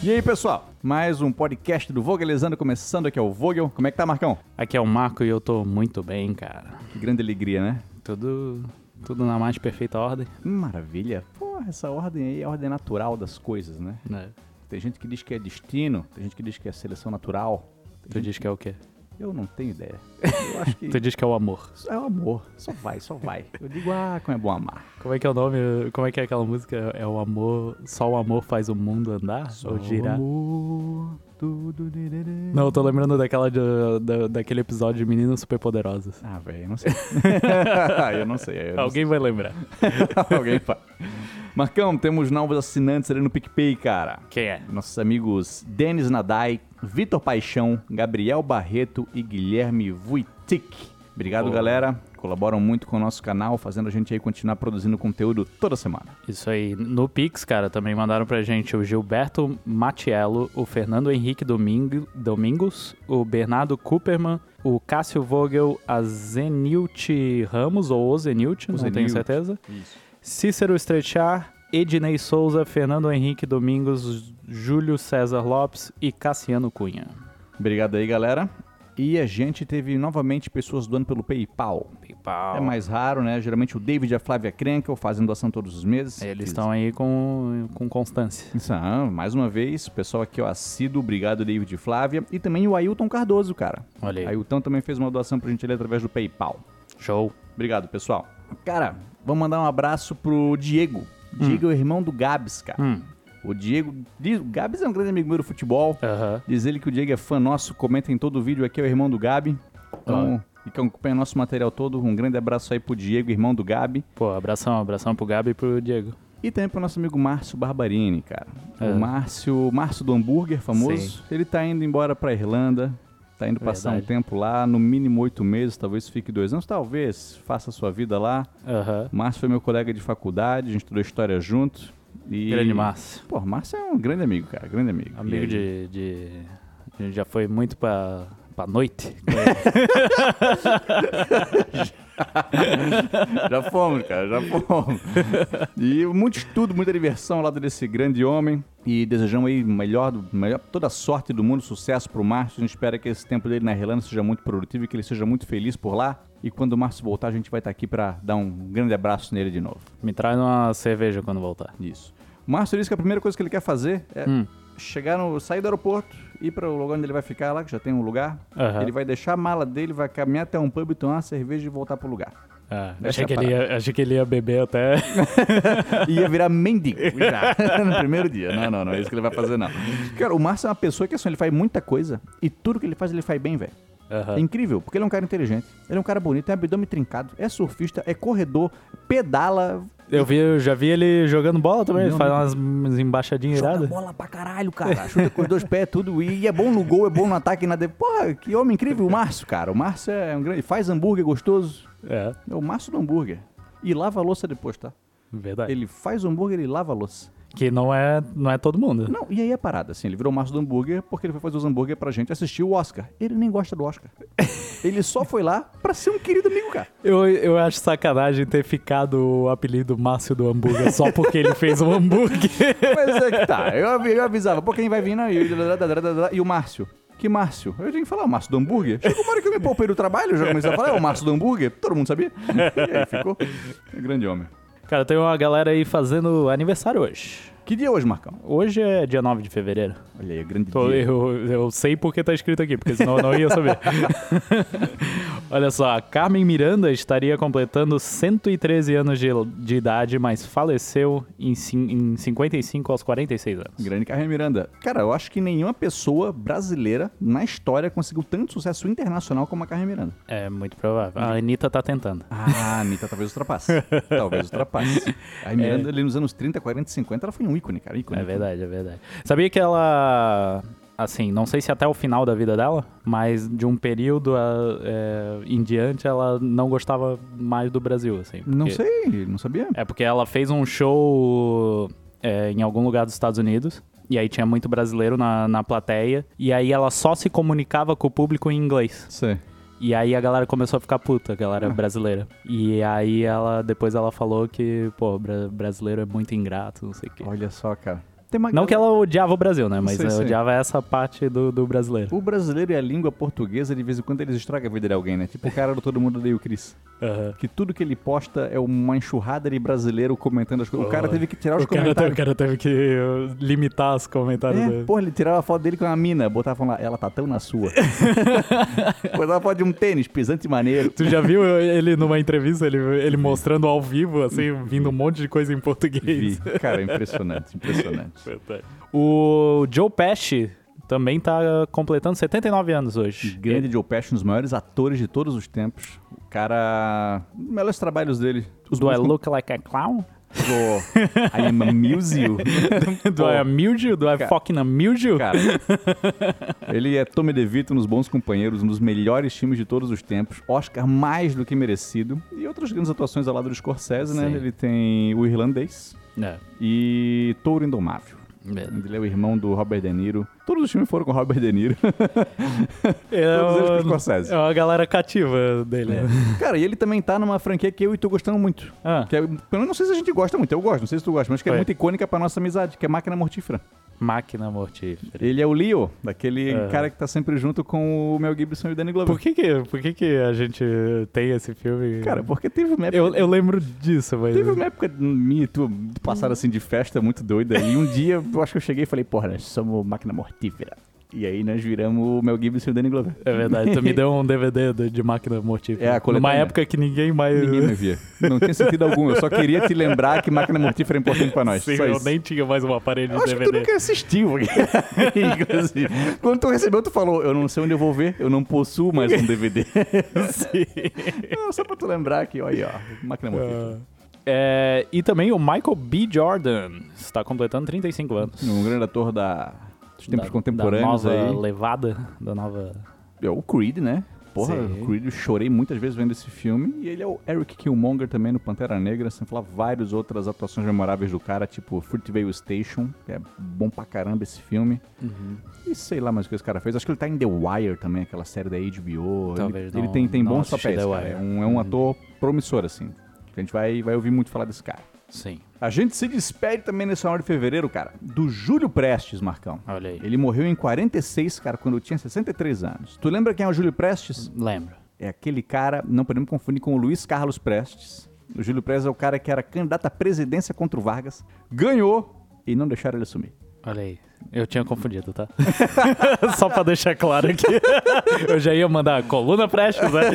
E aí, pessoal? Mais um podcast do Vogelizando começando. Aqui é o Vogel. Como é que tá, Marcão? Aqui é o Marco e eu tô muito bem, cara. Que grande alegria, né? Tudo na mais perfeita ordem. Maravilha. Porra, essa ordem aí é a ordem natural das coisas, né? Tem gente que diz que é destino, tem gente que diz que é seleção natural. Tu diz que é o quê? Eu não tenho ideia. Eu acho que... Tu diz que é o amor. É o amor. Só vai. Eu digo, como é bom amar. Como é que é o nome? Como é que é aquela música? É o amor... Só o amor faz o mundo andar? Só ou girar? O amor, Não, eu tô lembrando daquele episódio de Meninas Superpoderosas. Ah, velho, eu não sei. Eu não sei. Alguém vai lembrar. Alguém vai. Marcão, temos novos assinantes ali no PicPay, cara. Quem é? Nossos amigos Denis Nadai, Vitor Paixão, Gabriel Barreto e Guilherme Vuitic. Obrigado, galera. Colaboram muito com o nosso canal, fazendo a gente aí continuar produzindo conteúdo toda semana. Isso aí. No Pix, cara, também mandaram pra gente o Gilberto Matiello, o Fernando Henrique Domingos, o Bernardo Cooperman, o Cássio Vogel, a Zenilton Ramos, ou o Zenilton, não tenho certeza. Isso. Cícero Strechar, Ednei Souza, Fernando Henrique Domingos, Júlio César Lopes e Cassiano Cunha. Obrigado aí, galera. E a gente teve novamente pessoas doando pelo PayPal. É mais raro, né? Geralmente o David e a Flávia Krenkel fazem doação todos os meses. Eles estão aí com constância. Isso, mais uma vez, o pessoal aqui, ó, assíduo, obrigado, David e Flávia. E também o Ailton Cardoso, cara. Olha aí. Ailton também fez uma doação pra gente ali através do PayPal. Show. Obrigado, pessoal. Cara, vamos mandar um abraço pro Diego. Diego é o irmão do Gabs, cara. O Diego... O Gabs é um grande amigo meu do futebol. Diz ele que o Diego é fã nosso, comenta em todo o vídeo aqui, é o irmão do Gabi. Então, e que acompanha nosso material todo, um grande abraço aí pro Diego, irmão do Gabi. Pô, abração pro Gabi e pro Diego. E também pro nosso amigo Márcio Barbarini, cara. O Márcio do hambúrguer, famoso. Sim. Ele tá indo embora pra Irlanda, tá indo passar um tempo lá, no mínimo 8 meses, talvez fique 2 anos, talvez faça a sua vida lá. Márcio foi meu colega de faculdade, a gente estudou história junto. E... Grande Márcio. Pô, Márcio é um grande amigo, cara, grande amigo. Amigo de... A gente já foi muito pra noite. Já fomos, cara, já fomos. E muito estudo, muita diversão ao lado desse grande homem. E desejamos aí toda a sorte do mundo, sucesso pro Márcio. A gente espera que esse tempo dele na Irlanda seja muito produtivo e que ele seja muito feliz por lá. E quando o Márcio voltar, a gente vai estar aqui pra dar um grande abraço nele de novo. Me traz uma cerveja quando voltar. Isso. O Márcio disse que a primeira coisa que ele quer fazer é sair do aeroporto, ir para o lugar onde ele vai ficar lá, que já tem um lugar. Ele vai deixar a mala dele, vai caminhar até um pub, tomar uma cerveja e voltar pro lugar. Achei que ele ia beber até... Ia virar mendigo já, no primeiro dia. Não, é isso que ele vai fazer, não. Cara, o Márcio é uma pessoa que assim, ele faz muita coisa e tudo que ele faz bem, velho. É incrível, porque ele é um cara inteligente, ele é um cara bonito, tem abdômen trincado, é surfista, é corredor, pedala... Eu já vi ele jogando bola também, ele faz umas embaixadinhas iradas. Joga bola pra caralho, cara. Chuta com os 2 pés, tudo. E é bom no gol, é bom no ataque. Porra, que homem incrível. O Márcio, cara. O Márcio é um grande... Faz hambúrguer gostoso. É o Márcio do hambúrguer. E lava a louça depois, tá? Verdade. Ele faz o hambúrguer e lava a louça. Que não é todo mundo. Não, e aí é parada, assim, ele virou o Márcio do hambúrguer porque ele foi fazer os hambúrguer pra gente assistir o Oscar. Ele nem gosta do Oscar. Ele só foi lá pra ser um querido amigo, cara. Eu acho sacanagem ter ficado o apelido Márcio do hambúrguer só porque ele fez um hambúrguer. Mas é que tá, eu avisava, pô, quem vai vir aí? E o Márcio? Que Márcio? Eu tinha que falar, o Márcio do hambúrguer. Chegou uma hora que eu me poupei do trabalho, já comecei a falar, o Márcio do hambúrguer. Todo mundo sabia. E aí ficou grande homem. Cara, tem uma galera aí fazendo aniversário hoje. Que dia é hoje, Marcão? Hoje é dia 9 de fevereiro. Olha aí, grande dia. Eu sei porque tá escrito aqui, porque senão eu não ia saber. Olha só, a Carmen Miranda estaria completando 113 anos de idade, mas faleceu em 55 aos 46 anos. Grande Carmen Miranda. Cara, eu acho que nenhuma pessoa brasileira na história conseguiu tanto sucesso internacional como a Carmen Miranda. É muito provável. A Anitta tá tentando. A Anitta talvez ultrapasse. A Miranda ali nos anos 30, 40 e 50, ela foi um ícone, cara. Ícone. É verdade. Sabia que ela... Assim, não sei se até o final da vida dela, mas de um período em diante ela não gostava mais do Brasil, assim. Porque... Não sei, não sabia. É porque ela fez um show em algum lugar dos Estados Unidos, e aí tinha muito brasileiro na plateia, e aí ela só se comunicava com o público em inglês. Sei. E aí a galera começou a ficar puta, a galera brasileira. E aí depois ela falou que, pô, brasileiro é muito ingrato, não sei o quê. Olha só, cara. Tem uma Não que ela odiava o Brasil, né? Mas Sei, sei. odiava essa parte do brasileiro. O brasileiro e a língua portuguesa, de vez em quando, eles estragam a vida de alguém, né? Tipo o cara do Todo Mundo Odeia o Chris. Aham. Que tudo que ele posta é uma enxurrada de brasileiro comentando as coisas. O cara teve que tirar os O cara comentários. teve que limitar os comentários dele. Porra, ele tirava a foto dele com uma mina, botava lá, ela tá tão na sua. Botava a foto de um tênis, pisante e maneiro. Tu já viu ele numa entrevista, ele mostrando ao vivo, assim, vindo um monte de coisa em português? Vi. Cara, impressionante, impressionante. O Joe Pesci também tá completando 79 anos hoje. Grande Joe Pesci, um dos maiores atores de todos os tempos. O cara... Os melhores trabalhos dele. Os Do I bons Look Like a Clown? do I Am Amuse You. Do I Amuse You? Do I Fucking Amuse You? Cara, ele é Tommy DeVito nos Bons Companheiros, um dos melhores filmes de todos os tempos. Oscar mais do que merecido. E outras grandes atuações ao lado do Scorsese, né? Sim. Ele tem O Irlandês É. e Touro Indomável. Ele é o irmão do Robert De Niro. Todos os filmes foram com o Robert De Niro. Todos eles com o Scorsese. É uma galera cativa dele. né? Cara, e ele também tá numa franquia que eu e tu gostando muito. Ah, Que é, eu não sei se a gente gosta muito, eu gosto, não sei se tu gosta, mas que é Ué. muito icônica pra nossa amizade, que é Máquina Mortífera. Máquina Mortífera. Ele é o Leo, daquele Aham. cara que tá sempre junto com o Mel Gibson e o Danny Glover. Por que a gente tem esse filme? Cara, porque teve uma época... eu lembro disso, mas... Teve uma época minha e tu passaram assim de festa muito doida. E um dia eu acho que eu cheguei e falei, porra, nós somos Máquina Mortífera. E aí nós viramos o Mel Gibson e o Danny Glover. É verdade, tu me deu um DVD de Máquina Mortífera. É, a coletânea. Numa época que ninguém mais... Ninguém me via. Não tinha sentido algum. Eu só queria te lembrar que Máquina Mortífera é importante pra nós. Sim, Só eu isso. nem tinha mais um aparelho Eu de acho que tu DVD. nunca assistiu. Inclusive. Quando tu recebeu, tu falou, eu não sei onde eu vou ver, eu não possuo mais um DVD. Sim. Não, só pra tu lembrar que, olha, ó, Máquina Mortífera. E também o Michael B. Jordan está completando 35 anos. Um grande ator dos tempos Da contemporâneos nova aí. levada, da nova... É o Creed, né? Porra, Sim. o Creed, eu chorei muitas vezes vendo esse filme. E ele é o Eric Killmonger também no Pantera Negra, sem falar várias outras atuações memoráveis do cara, tipo Fruitvale Station, que é bom pra caramba esse filme. E sei lá mais o que esse cara fez. Acho que ele tá em The Wire também, aquela série da HBO. Talvez ele não- tem não bons assisti papéis, The cara. Wire. É um ator promissor, assim. A gente vai ouvir muito falar desse cara. Sim, A gente se despede também nesse final de fevereiro, cara, do Júlio Prestes, Marcão. olha aí. Ele morreu em 46, cara, quando tinha 63 anos. Tu lembra quem é o Júlio Prestes? Lembro. É aquele cara, não podemos confundir com o Luiz Carlos Prestes. O Júlio Prestes é o cara que era candidato à presidência contra o Vargas, ganhou e não deixaram ele assumir. Olha aí. Eu tinha confundido, tá? Só pra deixar claro aqui. Eu já ia mandar a coluna Prestes, né?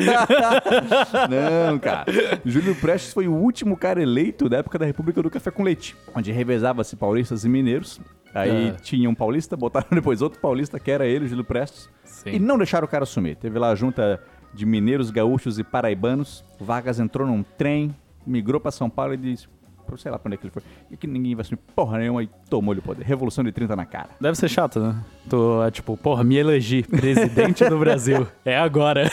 Não, cara. Júlio Prestes foi o último cara eleito da época da República do Café com Leite, onde revezava-se paulistas e mineiros. Aí tinha um paulista, botaram depois outro paulista, que era ele, o Júlio Prestes, Sim. e não deixaram o cara assumir. Teve lá a junta de mineiros, gaúchos e paraibanos. Vargas entrou num trem, migrou pra São Paulo e disse, sei lá pra onde é que ele foi, e que ninguém vai assumir porra nenhuma, e tomou-lhe o poder. Revolução de 30 na cara. Deve ser chato, né? Tu é tipo, porra, me elegi presidente do Brasil. É agora.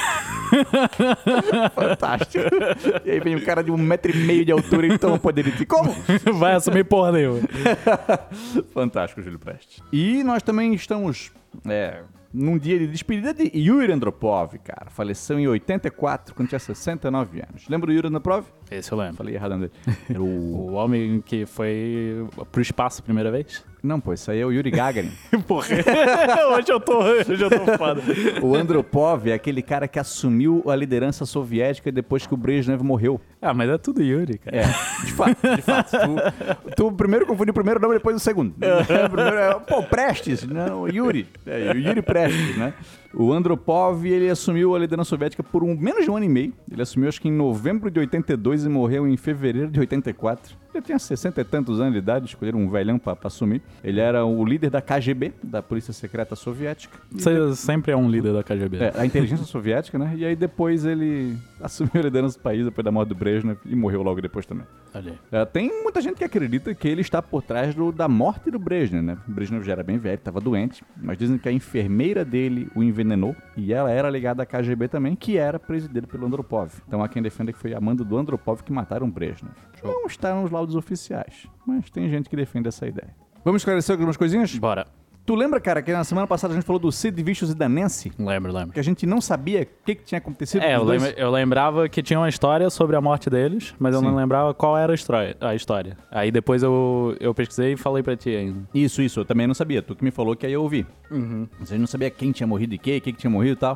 Fantástico. E aí vem um cara de 1,5 m de altura e toma o poder de ti. Como? Vai assumir porra nenhuma. Fantástico, Júlio Prestes. E nós também estamos num dia de despedida de Yuri Andropov, cara. Faleceu em 84, quando tinha 69 anos. Lembra do Yuri Andropov? Esse eu lembro. Falei errado dele. Era o... O homem que foi pro espaço a primeira vez? Não, pô, isso aí é o Yuri Gagarin. Porra. Hoje eu tô foda. O Andropov é aquele cara que assumiu a liderança soviética depois que o Brezhnev morreu. Ah, mas é tudo Yuri, cara. É, de fato, de fato. Tu primeiro confundiu o primeiro nome, depois o segundo. Primeiro Prestes, não, Yuri. O Yuri Prestes, né? O Andropov, ele assumiu a liderança soviética por menos de um ano e meio. Ele assumiu, acho que em novembro de 82 e morreu em fevereiro de 84. Ele tinha 60 e tantos anos de idade, escolheram um velhão pra assumir. Ele era o líder da KGB, da Polícia Secreta Soviética. Você sempre é um líder da KGB. A inteligência soviética, né? E aí depois ele assumiu a liderança do país, depois da morte do Brezhnev, e morreu logo depois também. Olha aí. Tem muita gente que acredita que ele está por trás da morte do Brezhnev, né? O Brezhnev já era bem velho, estava doente, mas dizem que a enfermeira dele o envenenou, e ela era ligada à KGB também, que era presidida pelo Andropov. Então há quem defenda que foi a mando do Andropov que mataram o Brezhnev. Show. Não está nos laudos oficiais, mas tem gente que defende essa ideia. Vamos esclarecer algumas coisinhas? Bora. Tu lembra, cara, que na semana passada a gente falou do Sid Vicious e da Nancy? Lembro. Que a gente não sabia o que tinha acontecido com os dois? Eu lembrava que tinha uma história sobre a morte deles, mas eu não lembrava qual era a história. Aí depois eu pesquisei e falei pra ti ainda. Isso, eu também não sabia. Tu que me falou que aí eu ouvi. Mas a gente não sabia quem tinha morrido e o que tinha morrido e tal.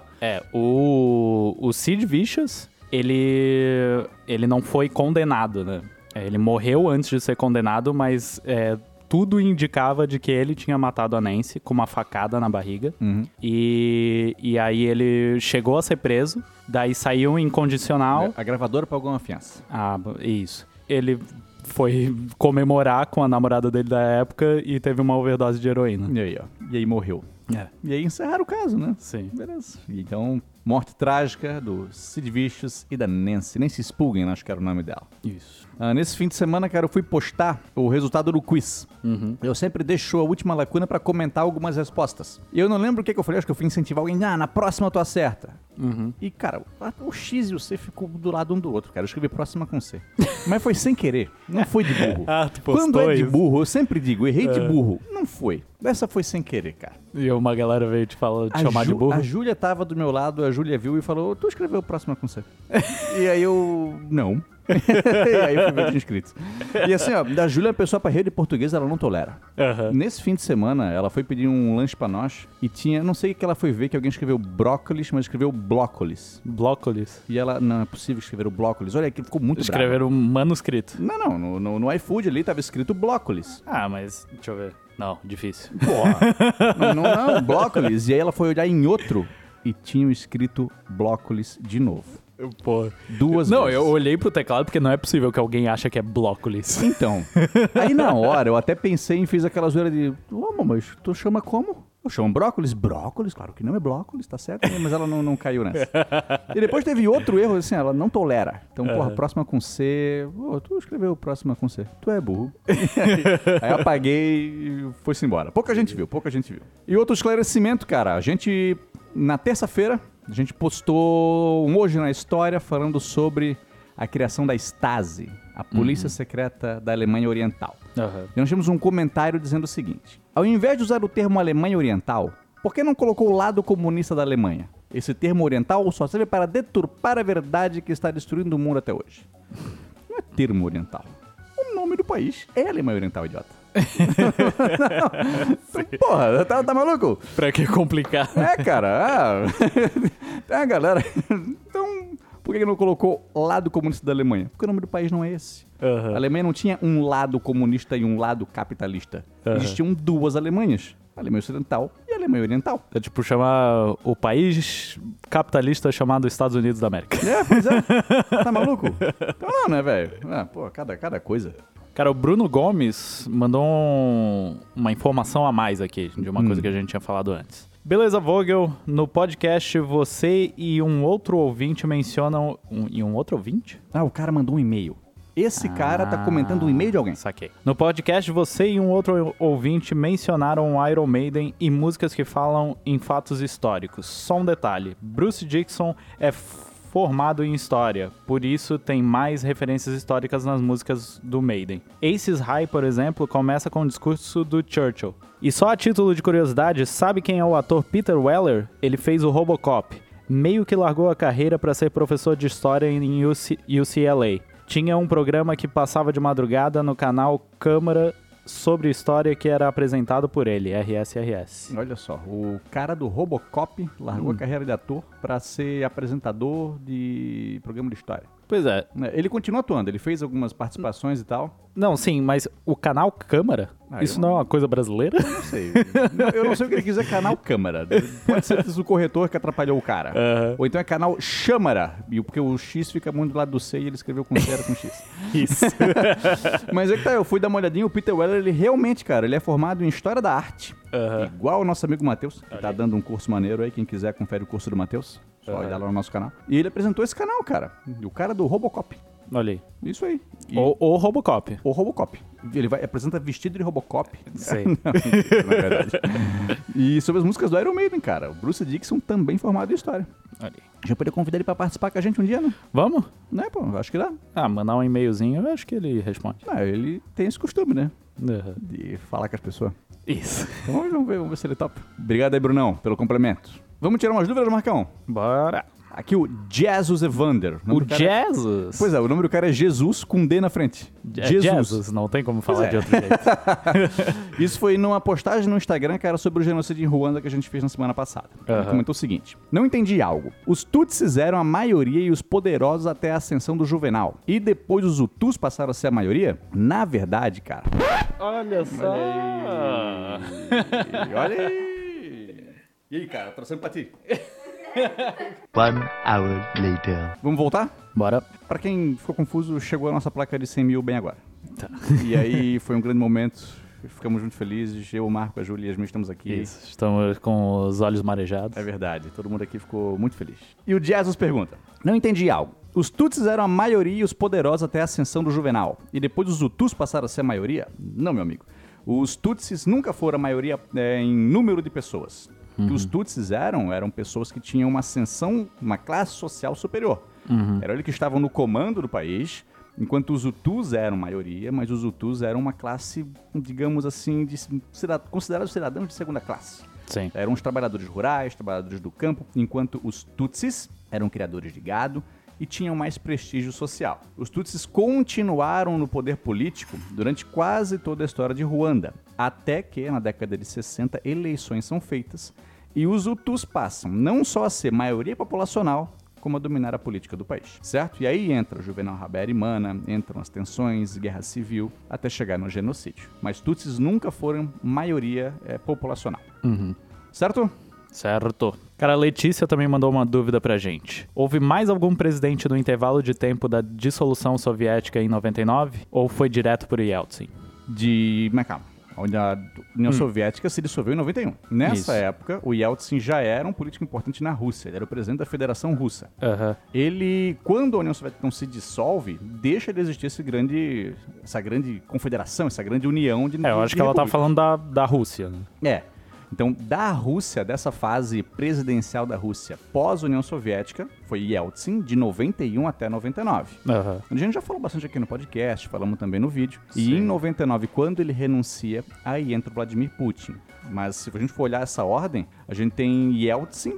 O Sid Vicious, ele não foi condenado, né? Ele morreu antes de ser condenado, mas tudo indicava de que ele tinha matado a Nancy com uma facada na barriga. E aí ele chegou a ser preso, daí saiu em condicional. A gravadora pagou uma fiança. Ah, isso. Ele foi comemorar com a namorada dele da época e teve uma overdose de heroína. E aí, ó. E aí morreu. E aí encerraram o caso, né? Sim. Beleza. Então, morte trágica do Sid Vicious e da Nancy. Nancy Spulgen, acho que era o nome dela. Isso. Nesse fim de semana, cara, eu fui postar o resultado do quiz. Eu sempre deixo a última lacuna pra comentar algumas respostas. E eu não lembro o que eu falei, acho que eu fui incentivar alguém. Na próxima tu acerta. E, cara, o X e o C ficou do lado um do outro, cara. Eu escrevi próxima com C. Mas foi sem querer. Não foi de burro. Tu postou Quando é de isso. burro, eu sempre digo, errei de burro. Não foi. Dessa foi sem querer, cara. E uma galera veio te chamar de burro? A Júlia tava do meu lado, a Júlia viu e falou, tu escreveu próxima com C. E aí eu, não. E aí eu fui ver os inscritos. E assim, ó, da Júlia, a pessoa pra rede portuguesa, ela não tolera. Nesse fim de semana, ela foi pedir um lanche pra nós e tinha, não sei o que ela foi ver, que alguém escreveu brócolis, mas escreveu blócolis. Blócolis. E ela, não é possível escrever o blócolis. Olha, aqui ficou muito bravo. Escreveram manuscrito. Não, no iFood ali tava escrito blócolis. Mas deixa eu ver. Não, difícil. Porra. não, blócolis. E aí ela foi olhar em outro e tinha escrito blócolis de novo. Pô. Duas vezes. Não, eu olhei pro teclado porque não é possível que alguém ache que é blócolis. Então, aí na hora eu até pensei e fiz aquela zoeira de, mas tu chama como? Eu chamo brócolis? Brócolis? Claro que não é brócolis, tá certo, mas ela não caiu nessa. E depois teve outro erro, assim, ela não tolera. Então, porra, próxima com C, tu escreveu próxima com C, tu é burro. Aí eu apaguei e foi-se embora. Pouca gente viu. E outro esclarecimento, cara, na terça-feira, a gente postou um Hoje na História falando sobre a criação da Stasi, a polícia secreta da Alemanha Oriental. E nós temos um comentário dizendo o seguinte: ao invés de usar o termo Alemanha Oriental, por que não colocou o lado comunista da Alemanha? Esse termo oriental só serve para deturpar a verdade que está destruindo o mundo até hoje. Não é termo oriental. O nome do país é Alemanha Oriental, idiota. Porra, tá maluco? Pra que complicar? Cara. Tem a galera. Então, por que não colocou lado comunista da Alemanha? Porque o nome do país não é esse. A Alemanha não tinha um lado comunista e um lado capitalista. Existiam duas Alemanhas. A Alemanha Ocidental e a Alemanha Oriental. É tipo chamar o país capitalista chamado Estados Unidos da América. Pois é. Tá maluco? Então não, né, velho? Cada coisa. Cara, o Bruno Gomes mandou uma informação a mais aqui, de uma coisa que a gente tinha falado antes. Beleza, Vogel, no podcast você e um outro ouvinte mencionam... E um outro ouvinte? O cara mandou um e-mail. Esse cara tá comentando um e-mail de alguém. Saquei. No podcast, você e um outro ouvinte mencionaram o Iron Maiden e músicas que falam em fatos históricos. Só um detalhe, Bruce Dickinson é formado em história, por isso tem mais referências históricas nas músicas do Maiden. Aces High, por exemplo, começa com o discurso do Churchill. E só a título de curiosidade, sabe quem é o ator Peter Weller? Ele fez o Robocop. Meio que largou a carreira para ser professor de história em UCLA. Tinha um programa que passava de madrugada no canal Câmara sobre história que era apresentado por ele, RSRS. Olha só, o cara do Robocop largou a carreira de ator para ser apresentador de programa de história. Pois é. Ele continua atuando, ele fez algumas participações e tal. Não, sim, mas o canal Câmara, isso não é uma coisa brasileira? Eu não sei. Eu não sei o que ele quis dizer canal Câmara. Pode ser o corretor que atrapalhou o cara. Ou então é canal Châmara, porque o X fica muito do lado do C e ele escreveu com C, era com X. Isso. Mas é que tá, eu fui dar uma olhadinha, o Peter Weller, ele realmente, cara, ele é formado em História da Arte. Igual o nosso amigo Matheus, que tá dando um curso maneiro aí, quem quiser confere o curso do Matheus. Só olhar lá no nosso canal. E ele apresentou esse canal, cara. O cara do Robocop. Olha aí. Isso aí. O Robocop. O Robocop. Ele apresenta vestido de Robocop. Sei. Não, mentira, na verdade. E sobre as músicas do Iron Maiden, cara. O Bruce Dickinson também formado em história. Olha aí. Já poderia convidar ele pra participar com a gente um dia, né? Vamos? Né, pô? Acho que dá. Mandar um e-mailzinho, eu acho que ele responde. Ele tem esse costume, né? de falar com as pessoas. Isso. Então vamos ver se ele topa. Obrigado aí, Brunão, pelo complemento. Vamos tirar umas dúvidas, Marcão? Bora. Aqui o Jesus Evander. O Jesus? Pois é, o nome do cara é Jesus com D na frente. Jesus, não tem como falar de outro jeito. Isso foi numa postagem no Instagram, cara, sobre o genocídio em Ruanda que a gente fez na semana passada. Ele comentou o seguinte: não entendi algo. Os Tutsis eram a maioria e os poderosos até a ascensão do Juvenal. E depois os Hutus passaram a ser a maioria? Na verdade, cara... Olha só! Olha aí! E aí, cara, trouxemos pra ti. 1 hour later. Vamos voltar? Bora. Pra quem ficou confuso, chegou a nossa placa de 100 mil bem agora. Tá. E aí foi um grande momento, ficamos muito felizes. Eu, o Marco, a Júlia e a Yasmin estamos aqui. Isso, estamos com os olhos marejados. É verdade, todo mundo aqui ficou muito feliz. E o Jesus pergunta: não entendi algo. Os Tutsis eram a maioria e os poderosos até a ascensão do Juvenal. E depois os Hutus passaram a ser a maioria? Não, meu amigo. Os Tutsis nunca foram a maioria em número de pessoas. Que os Tutsis eram pessoas que tinham uma ascensão, uma classe social superior. Eram eles que estavam no comando do país, enquanto os Hutus eram maioria, mas os Hutus eram uma classe, digamos assim, considerados cidadãos de segunda classe. Sim. Eram os trabalhadores rurais, trabalhadores do campo, enquanto os Tutsis eram criadores de gado e tinham mais prestígio social. Os Tutsis continuaram no poder político durante quase toda a história de Ruanda, até que, na década de 60, eleições são feitas e os Hutus passam não só a ser maioria populacional, como a dominar a política do país, certo? E aí entra o Juvenal Habyarimana, entram as tensões, guerra civil, até chegar no genocídio. Mas Tutsis nunca foram maioria populacional. Certo? Certo. Cara, a Letícia também mandou uma dúvida pra gente. Houve mais algum presidente no intervalo de tempo da dissolução soviética em 99? Ou foi direto por Yeltsin? Mas calma. Onde a União Soviética se dissolveu em 91. Nessa época, o Yeltsin já era um político importante na Rússia. Ele era o presidente da Federação Russa. Ele, quando a União Soviética não se dissolve, deixa de existir essa grande confederação, essa grande união de eu acho que ela tá falando da Rússia, né? Então, da Rússia, dessa fase presidencial da Rússia pós-União Soviética, foi Yeltsin, de 91 até 99. A gente já falou bastante aqui no podcast, falamos também no vídeo. Sim. E em 99, quando ele renuncia, aí entra o Vladimir Putin. Mas se a gente for olhar essa ordem, a gente tem Yeltsin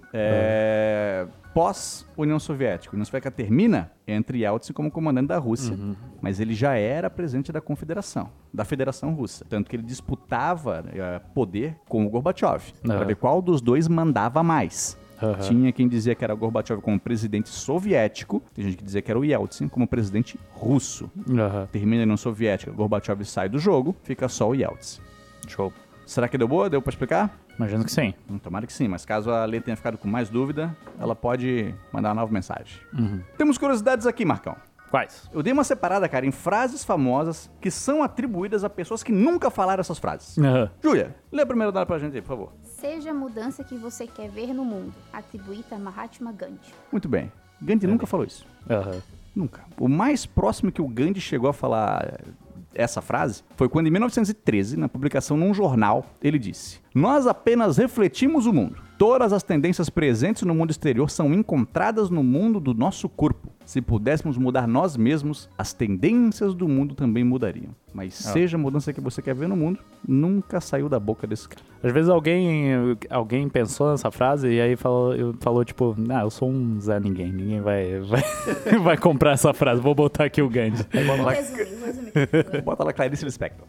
pós-União Soviética. A União Soviética termina entre Yeltsin como comandante da Rússia, mas ele já era presidente da Confederação, da Federação Russa. Tanto que ele disputava poder com o Gorbachev, para ver qual dos dois mandava mais. Tinha quem dizia que era o Gorbachev como presidente soviético, tem gente que dizia que era o Yeltsin como presidente russo. Termina a União Soviética, Gorbachev sai do jogo, fica só o Yeltsin. Show. Será que deu boa? Deu pra explicar? Imagino que sim. Tomara que sim, mas caso a Lê tenha ficado com mais dúvida, ela pode mandar uma nova mensagem. Temos curiosidades aqui, Marcão. Quais? Eu dei uma separada, cara, em frases famosas que são atribuídas a pessoas que nunca falaram essas frases. Júlia, lê a primeira dela pra gente aí, por favor. Seja a mudança que você quer ver no mundo, atribuída a Mahatma Gandhi. Muito bem. Gandhi nunca falou isso. Nunca. O mais próximo que o Gandhi chegou a falar essa frase foi quando, em 1913, na publicação num jornal, ele disse: "Nós apenas refletimos o mundo. Todas as tendências presentes no mundo exterior são encontradas no mundo do nosso corpo. Se pudéssemos mudar nós mesmos, as tendências do mundo também mudariam." Mas seja a mudança que você quer ver no mundo, nunca saiu da boca desse cara. Às vezes alguém pensou nessa frase e aí falou tipo, eu sou um Zé Ninguém, ninguém vai comprar essa frase, vou botar aqui o Gandhi. Resumir. Bota lá Clarice Lispector.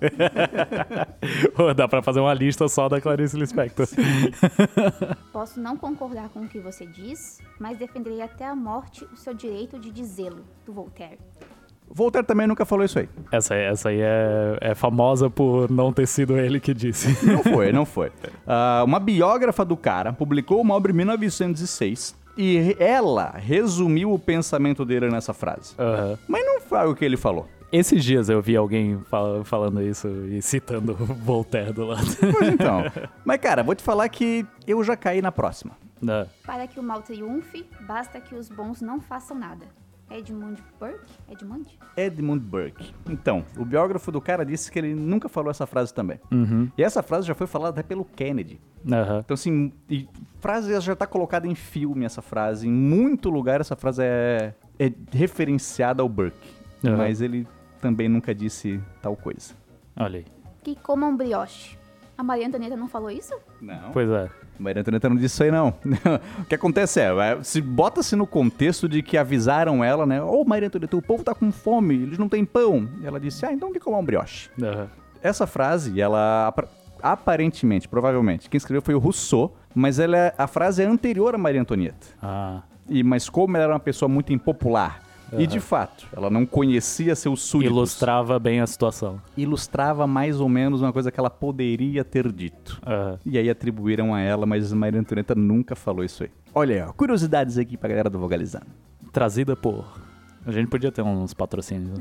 Dá pra fazer uma lista só da Clarice Lispector. Posso não concordar com o que você diz, mas defenderei até a morte o seu direito de dizê-lo, do Voltaire. Voltaire também nunca falou isso aí. Essa aí é famosa por não ter sido ele que disse. Não foi. Uma biógrafa do cara publicou uma obra em 1906 e ela resumiu o pensamento dele nessa frase. Mas não foi o que ele falou. Esses dias eu vi alguém falando isso e citando Voltaire do lado. Pois então. Mas, cara, vou te falar que eu já caí na próxima. Para que o mal triunfe, basta que os bons não façam nada. Edmund Burke? Edmund Burke. Então, o biógrafo do cara disse que ele nunca falou essa frase também. E essa frase já foi falada até pelo Kennedy. Então, assim, frase já tá colocada em filme, essa frase. Em muito lugar, essa frase é referenciada ao Burke. Mas ele também nunca disse tal coisa. Olha aí. que comam brioche. A Maria Antonieta não falou isso? Não. Pois é. Maria Antonieta não disse isso aí, não. O que acontece se bota-se no contexto de que avisaram ela, né? Ô, Maria Antonieta, o povo tá com fome, eles não têm pão. E ela disse, então que comer um brioche. Aham. Essa frase, ela aparentemente, provavelmente, quem escreveu foi o Rousseau, mas a frase é anterior a Maria Antonieta. Ah, Mas como ela era uma pessoa muito impopular, e de fato, ela não conhecia seus súditos. ilustrava bem a situação. Ilustrava mais ou menos uma coisa que ela poderia ter dito. Aham. E aí atribuíram a ela, mas Maria Antonieta nunca falou isso aí. Olha aí, ó, curiosidades aqui pra galera do Vogalizando. Trazida por... A gente podia ter uns patrocínios. Né?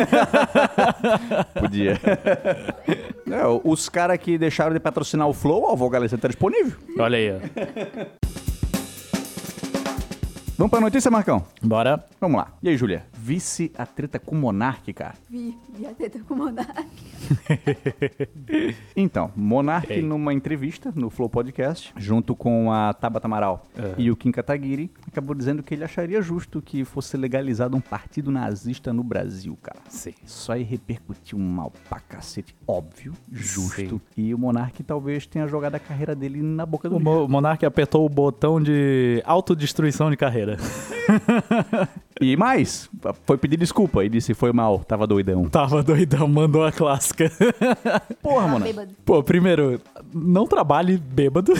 Podia. Os caras que deixaram de patrocinar o Flow, ó, o Vogalizando tá disponível. Olha aí, ó. Vamos pra notícia, Marcão? Bora. Vamos lá. E aí, Júlia? Visse a treta com o Monark, cara? Vi a treta com o Monark. Então, Monark, Ei. numa entrevista no Flow Podcast, junto com a Tabata Amaral e o Kim Kataguiri, acabou dizendo que ele acharia justo que fosse legalizado um partido nazista no Brasil, cara. Sim. Isso aí repercutiu mal pra cacete, óbvio, justo. Sim. E o Monark talvez tenha jogado a carreira dele na boca do O lixo. Monark apertou o botão de autodestruição de carreira. E mais, foi pedir desculpa e disse foi mal, tava doidão. Tava doidão, mandou a clássica. Porra, Tava mano. bêbado. Pô, primeiro, não trabalhe bêbado.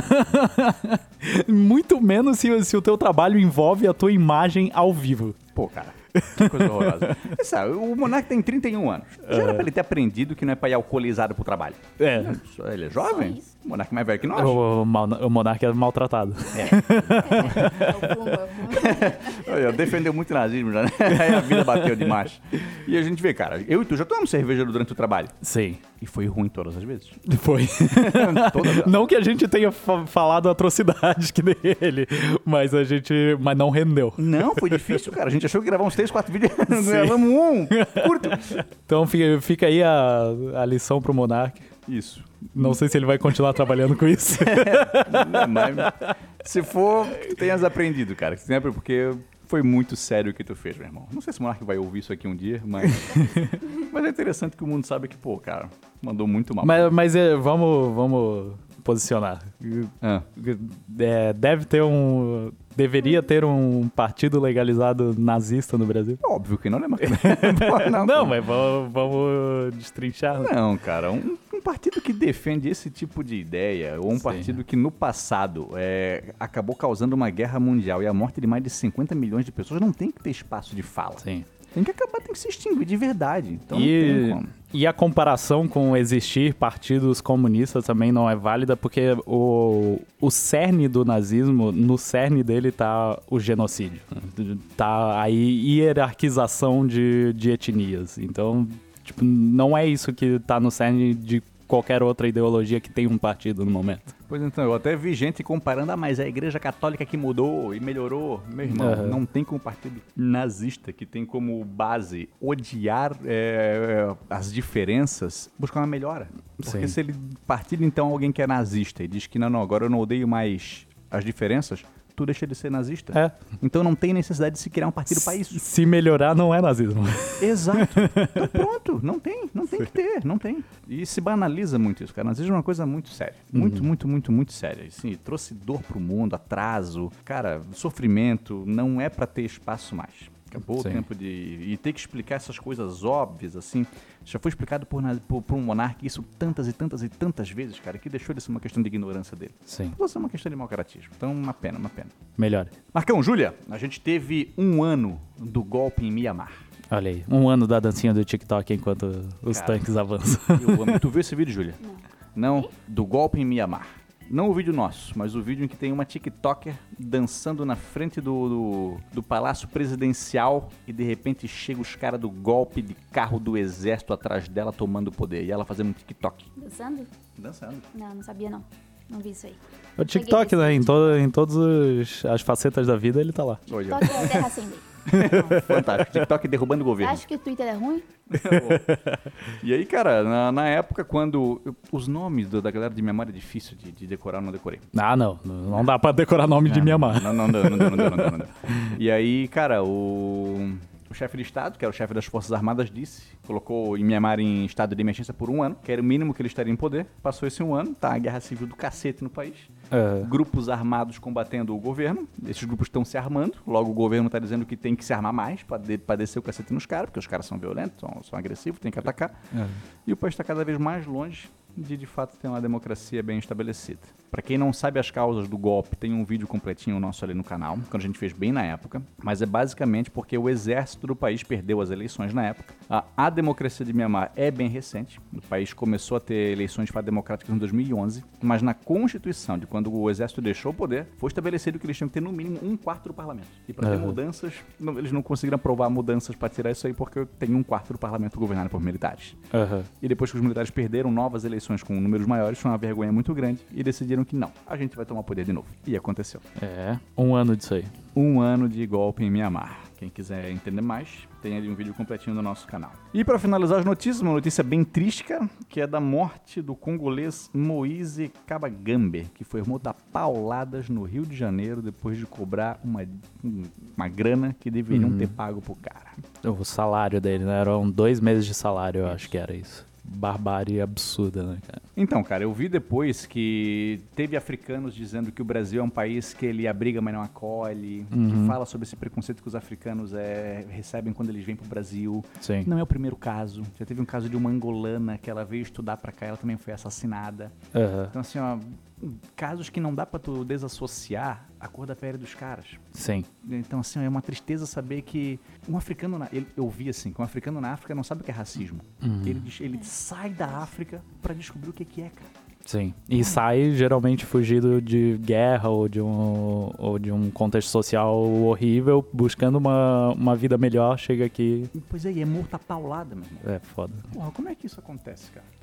Muito menos se o teu trabalho envolve a tua imagem ao vivo. Pô, cara. Que coisa horrorosa. Sabe, o Monark tem 31 anos. Já era pra ele ter aprendido que não é pra ir alcoolizado pro trabalho. É. Ele é jovem? Só isso. O Monark é mais velho que nós. O Monark é maltratado. É o fumo. Eu defendeu muito o nazismo já, né? Aí a vida bateu demais. E a gente vê, cara, eu e tu já tomamos cerveja durante o trabalho. Sim. E foi ruim todas as vezes. Foi. Todas elas. Não que a gente tenha falado atrocidades que nem ele, mas mas não rendeu. Não, foi difícil, cara. A gente achou que ia gravar uns 3, 4 vídeos. Gravamos um, curto. Então fica aí a lição pro Monark. Isso. Não sei se ele vai continuar trabalhando com isso. Mas, se for, tenhas aprendido, cara. Sempre porque foi muito sério o que tu fez, meu irmão. Não sei se o Monark vai ouvir isso aqui um dia, mas é interessante que o mundo sabe que, pô, cara, mandou muito mal. Mas vamos posicionar. Ah. Deveria ter um partido legalizado nazista no Brasil? Óbvio que não, né, Marcos? Não, mas vamos destrinchar. Não, cara, um partido que defende esse tipo de ideia, ou um Sim. partido que no passado acabou causando uma guerra mundial e a morte de mais de 50 milhões de pessoas, não tem que ter espaço de fala. Sim. Tem que acabar, tem que se extinguir de verdade. Então não tem como. E a comparação com existir partidos comunistas também não é válida, porque o cerne do nazismo, no cerne dele tá o genocídio. Tá a hierarquização de etnias. Então, tipo, não é isso que tá no cerne de qualquer outra ideologia que tem um partido no momento. Pois então, eu até vi gente comparando, mas a igreja católica que mudou e melhorou. Meu irmão, não tem como partido nazista, que tem como base odiar as diferenças, buscar uma melhora. Porque Sim. se ele partido então alguém que é nazista e diz que não, agora eu não odeio mais as diferenças, tu deixa de ser nazista. É. Então não tem necessidade de se criar um partido para isso. Se melhorar, não é nazismo. Exato. Então pronto, não tem que ter, não tem. E se banaliza muito isso, cara. Nazismo é uma coisa muito séria. Muito séria. Assim, trouxe dor pro mundo, atraso, cara, sofrimento, não é pra ter espaço mais. Acabou Sim. o tempo de... E ter que explicar essas coisas óbvias, assim. Já foi explicado por um monarca isso tantas e tantas vezes, cara, que deixou de ser uma questão de ignorância dele. Sim. Isso é uma questão de mau caratismo. Então, uma pena. Melhor. Marcão, Júlia, a gente teve 1 ano do golpe em Mianmar. Olha aí. 1 ano da dancinha do TikTok enquanto os Cara. tanques avançam. Eu amo. Tu viu esse vídeo, Júlia? Não, do golpe em Mianmar. Não o vídeo nosso, mas o vídeo em que tem uma TikToker dançando na frente do Palácio Presidencial e de repente chega os caras do golpe de carro do exército atrás dela tomando o poder. E ela fazendo um TikTok. Dançando? Dançando. Não sabia não. Não vi isso aí. O TikTok, né? Em todas as facetas da vida, ele tá lá. Olha, TikTok é terra sem lei. fantástico. TikTok derrubando o Você governo. acha que o Twitter é ruim? E aí, cara, na época quando... Os nomes da galera de memória é difícil de decorar, eu não decorei. Ah, não. Não dá pra decorar nome de Mianmar. Não deu. E aí, cara, o O chefe de Estado, que era o chefe das Forças Armadas, colocou em Myanmar em estado de emergência por 1 ano, que era o mínimo que ele estaria em poder. Passou esse 1 ano, tá a guerra civil do cacete no país. Grupos armados combatendo o governo. Esses grupos estão se armando. Logo, o governo está dizendo que tem que se armar mais para descer o cacete nos caras, porque os caras são violentos, são agressivos, tem que atacar. E o país está cada vez mais longe de fato ter uma democracia bem estabelecida. Para quem não sabe as causas do golpe, tem um vídeo completinho nosso ali no canal, quando a gente fez bem na época, mas é basicamente porque o exército do país perdeu as eleições na época. A democracia de Myanmar é bem recente, o país começou a ter eleições democráticas em 2011, mas na Constituição, de quando o exército deixou o poder, foi estabelecido que eles tinham que ter no mínimo 1/4 do parlamento. E para ter mudanças, eles não conseguiram aprovar mudanças para tirar isso aí, porque tem 1/4 do parlamento governado por militares. E depois que os militares perderam novas eleições com números maiores, foi uma vergonha muito grande e decidiram que não, a gente vai tomar poder de novo. E aconteceu. 1 ano disso aí. 1 ano de golpe em Myanmar. Quem quiser entender mais, tem ali um vídeo completinho no nosso canal. E para finalizar as notícias, uma notícia bem triste, cara, que é da morte do congolês Moise Kabagambe, que foi morto a pauladas no Rio de Janeiro depois de cobrar uma grana que deveriam ter pago pro cara. O salário dele, né? Eram 2 meses de salário, eu acho que era isso. Barbárie absurda, né, cara? Então, cara, eu vi depois que teve africanos dizendo que o Brasil é um país que ele abriga, mas não acolhe, que fala sobre esse preconceito que os africanos recebem quando eles vêm pro Brasil. Sim. Não é o primeiro caso. Já teve um caso de uma angolana que ela veio estudar pra cá, ela também foi assassinada. Então, assim, ó, casos que não dá pra tu desassociar a cor da pele dos caras. Sim. Então, assim, é uma tristeza saber que um africano, eu vi assim, que um africano na África não sabe o que é racismo. Ele sai da África pra descobrir o que é, cara. Sim. E sai geralmente fugido de guerra ou de um contexto social horrível, buscando uma vida melhor, chega aqui. Pois é, e é morto a paulada, meu irmão. É foda. Porra, como é que isso acontece, cara?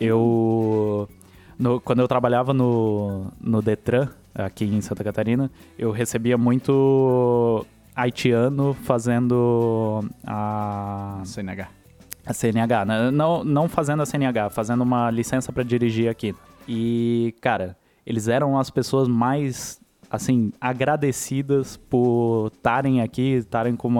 Quando eu trabalhava no Detran, aqui em Santa Catarina, eu recebia muito haitiano fazendo a CNH. A CNH, né? Não fazendo a CNH, fazendo uma licença pra dirigir aqui. E, cara, eles eram as pessoas mais, assim, agradecidas por estarem aqui, estarem com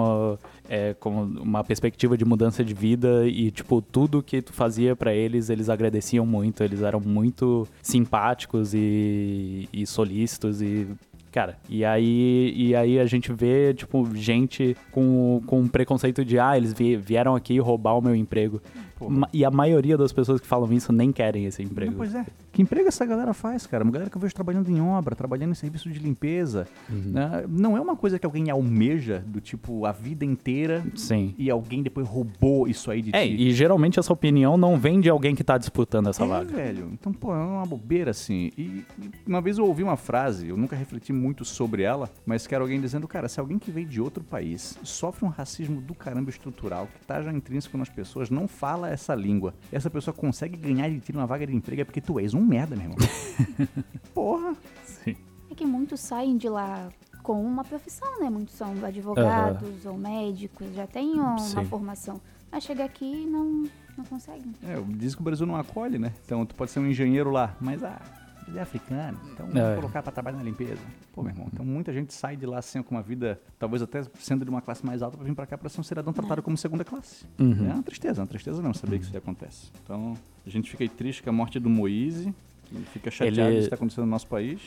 uma perspectiva de mudança de vida e, tipo, tudo que tu fazia pra eles, eles agradeciam muito, eles eram muito simpáticos e solícitos e... Cara, e aí a gente vê, tipo, gente com preconceito de, eles vieram aqui roubar o meu emprego. E a maioria das pessoas que falam isso nem querem esse emprego. Não, pois é. Que emprego essa galera faz, cara? Uma galera que eu vejo trabalhando em obra, trabalhando em serviço de limpeza. Né? Não é uma coisa que alguém almeja, do tipo, a vida inteira. Sim. E alguém depois roubou isso aí de ti. E geralmente essa opinião não vem de alguém que tá disputando essa vaga. Velho. Então, pô, é uma bobeira, assim. E uma vez eu ouvi uma frase, eu nunca refleti muito sobre ela, mas que era alguém dizendo, cara, se alguém que veio de outro país sofre um racismo do caramba estrutural, que tá já intrínseco nas pessoas, não fala essa língua, essa pessoa consegue ganhar de ti numa vaga de emprego, é porque tu és um merda, meu irmão. Porra. Sim. É que muitos saem de lá com uma profissão, né? Muitos são advogados ou médicos, já têm uma formação. Mas chega aqui e não conseguem. Diz que o Brasil não acolhe, né? Então tu pode ser um engenheiro lá, mas ele é africano, então vamos colocar pra trabalhar na limpeza. Pô, meu irmão, então muita gente sai de lá assim com uma vida, talvez até sendo de uma classe mais alta, pra vir pra cá pra ser um cidadão tratado como segunda classe. É uma tristeza mesmo saber que isso acontece. Então, a gente fica aí triste com a morte do Moise, fica chateado que isso tá acontecendo no nosso país.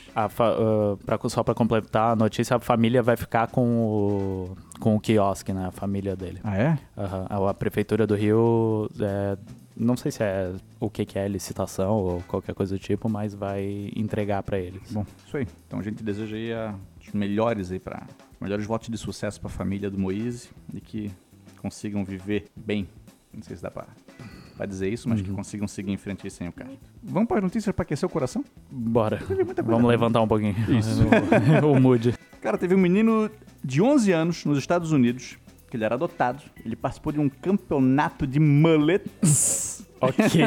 Só pra completar a notícia, a família vai ficar com o quiosque, né? A família dele. Ah, é? A Prefeitura do Rio... não sei se é o que é licitação ou qualquer coisa do tipo, mas vai entregar pra eles. Bom, isso aí. Então a gente deseja aí os melhores votos de sucesso pra família do Moise e que consigam viver bem. Não sei se dá pra dizer isso, mas que consigam seguir em frente aí sem o cara. Vamos para as notícias pra aquecer o coração? Bora. Vamos levantar um pouquinho. Isso. O mood. Cara, teve um menino de 11 anos nos Estados Unidos, que ele era adotado. Ele participou de um campeonato de mullets. Ok.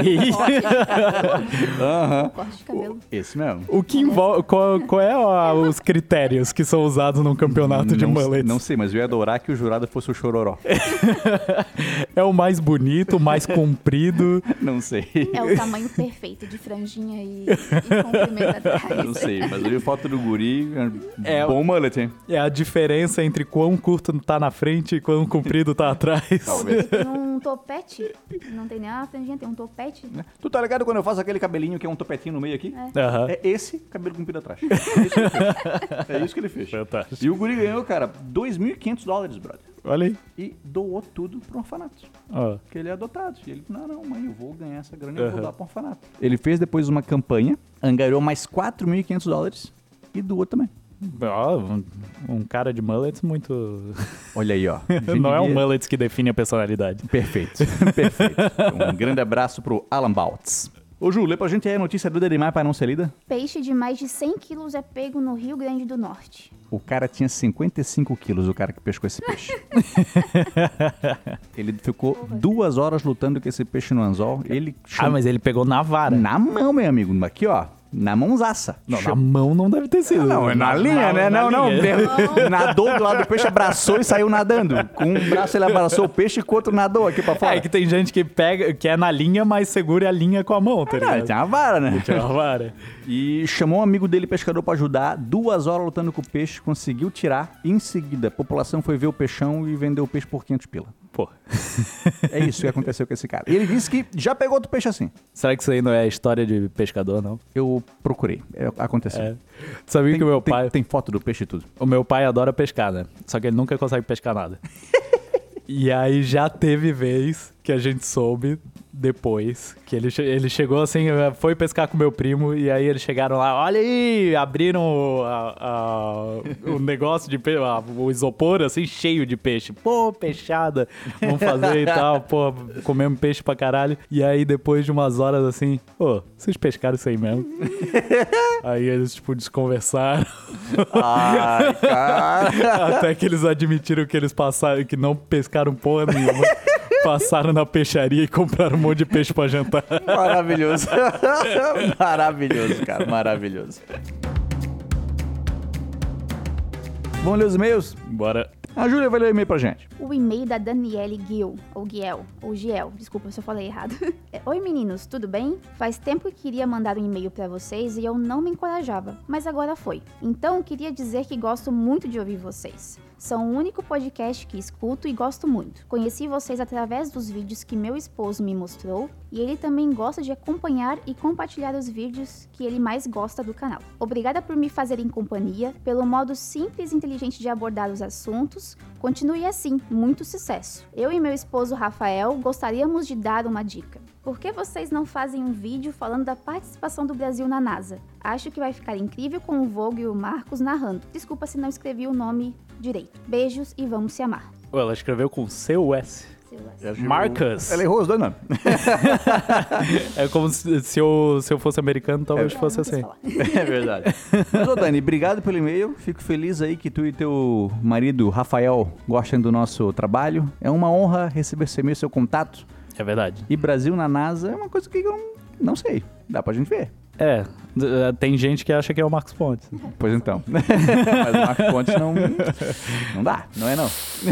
Aham. Corte de cabelo. Esse mesmo. O que envolve... Qual é os critérios que são usados num campeonato de mullets? Não sei, mas eu ia adorar que o jurado fosse o Chororó. É o mais bonito, o mais comprido. Não sei. É o tamanho perfeito de franjinha e comprimento atrás. Não sei, mas eu vi foto do guri. É, bom mullet, hein? É a diferença entre quão curto tá na frente e quão comprido tá atrás. Talvez. Tem um topete. Não tem nem uma franjinha, tem um topete. Tu tá ligado quando eu faço aquele cabelinho que é um topetinho no meio aqui? Aham. É esse cabelo comprido atrás. É isso que ele fez. Fantástico. E o guri ganhou, cara, $2.500, brother. Olha aí. E doou tudo pro orfanato. Ó. Porque ele é adotado. E ele, não, mãe, eu vou ganhar essa grana e eu vou dar pro orfanato. Ele fez depois uma campanha, angariou mais $4.500 e doou também. Ó, um cara de mullets muito... Olha aí, ó. Não é um mullets que define a personalidade. Perfeito, perfeito. Um grande abraço pro Alan Baltz. Ô Ju, lê pra gente aí a notícia doida demais pra não ser lida. Peixe de mais de 100 quilos é pego no Rio Grande do Norte. O cara tinha 55 quilos, o cara que pescou esse peixe. Ele ficou 2 horas lutando com esse peixe no anzol. Ele Mas ele pegou na vara. na mão, meu amigo. Aqui, ó. Na mãozaça. Não, na mão não deve ter sido. Não, é na linha, né? na Não. linha. Nadou do lado do peixe, abraçou e saiu nadando. Com um braço ele abraçou o peixe e com o outro nadou aqui pra fora. É que tem gente que pega, que é na linha, mas segura a linha com a mão, tá Não, ele ligado? tinha uma vara, né? Tinha uma vara. E chamou um amigo dele, pescador, pra ajudar. 2 horas lutando com o peixe, conseguiu tirar. Em seguida, a população foi ver o peixão e vendeu o peixe por 500 pila. Pô. É isso que aconteceu com esse cara. E ele disse que já pegou outro peixe assim. Será que isso aí não é história de pescador, não? Eu procurei. Aconteceu. É. Sabia que o meu pai... Tem foto do peixe e tudo. O meu pai adora pescar, né? Só que ele nunca consegue pescar nada. E aí já teve vez que a gente soube depois que ele chegou assim, foi pescar com meu primo e aí eles chegaram lá, olha aí, abriram o negócio de peixe, o isopor assim, cheio de peixe. Pô, peixada, vamos fazer e tal, pô, comemos peixe pra caralho. E aí depois de umas horas assim, pô, vocês pescaram isso aí mesmo? Aí eles tipo desconversaram. Ai, cara. Até que eles admitiram que eles passaram, que não pescaram porra nenhuma. Passaram na peixaria e compraram um monte de peixe pra jantar. Maravilhoso. Maravilhoso, cara. Maravilhoso. Vamos ler os e-mails? Bora. A Júlia vai ler o e-mail pra gente. O e-mail da Daniele Giel, ou Giel, desculpa se eu falei errado. Oi meninos, tudo bem? Faz tempo que queria mandar um e-mail pra vocês e eu não me encorajava, mas agora foi. Então, queria dizer que gosto muito de ouvir vocês. São o único podcast que escuto e gosto muito. Conheci vocês através dos vídeos que meu esposo me mostrou e ele também gosta de acompanhar e compartilhar os vídeos que ele mais gosta do canal. Obrigada por me fazerem companhia, pelo modo simples e inteligente de abordar os assuntos. Continue assim, muito sucesso. Eu e meu esposo Rafael gostaríamos de dar uma dica. Por que vocês não fazem um vídeo falando da participação do Brasil na NASA? Acho que vai ficar incrível com o Vogue e o Marcos narrando. Desculpa se não escrevi o nome direito. Beijos e vamos se amar. Ela escreveu com C-U-S. Marcus. Ela errou os dois nomes. É como se eu fosse americano, talvez fosse assim. É verdade. Mas, ô Dani, obrigado pelo e-mail. Fico feliz aí que tu e teu marido, Rafael, gostem do nosso trabalho. É uma honra receber seu e-mail, seu contato. É verdade. E Brasil na NASA é uma coisa que eu não sei. Dá pra gente ver. Tem gente que acha que é o Marcos Pontes. Pois então. Mas o Marcos Pontes não dá, não é não.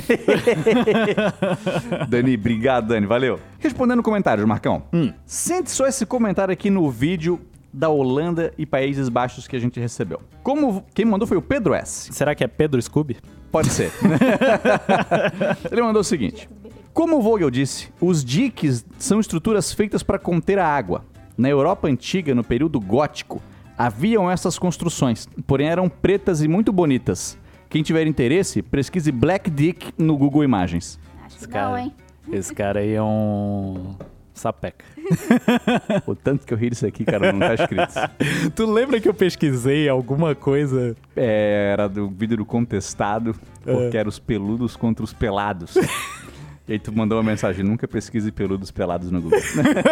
Dani, obrigado, Dani, valeu. Respondendo comentários, Marcão. Sente só esse comentário aqui no vídeo da Holanda e Países Baixos que a gente recebeu. Quem mandou foi o Pedro S. Será que é Pedro Scooby? Pode ser. Ele mandou o seguinte. Como o Vogel disse, os diques são estruturas feitas para conter a água. Na Europa antiga, no período gótico, haviam essas construções, porém eram pretas e muito bonitas. Quem tiver interesse, pesquise Black Dick no Google Imagens. Acho que não, hein? Esse cara aí é um sapeca. O tanto que eu ri disso aqui, cara, não tá escrito. Tu lembra que eu pesquisei alguma coisa? Era do vídeo do Contestado, porque era os peludos contra os pelados. E aí tu mandou uma mensagem, nunca pesquise peludos pelados no Google.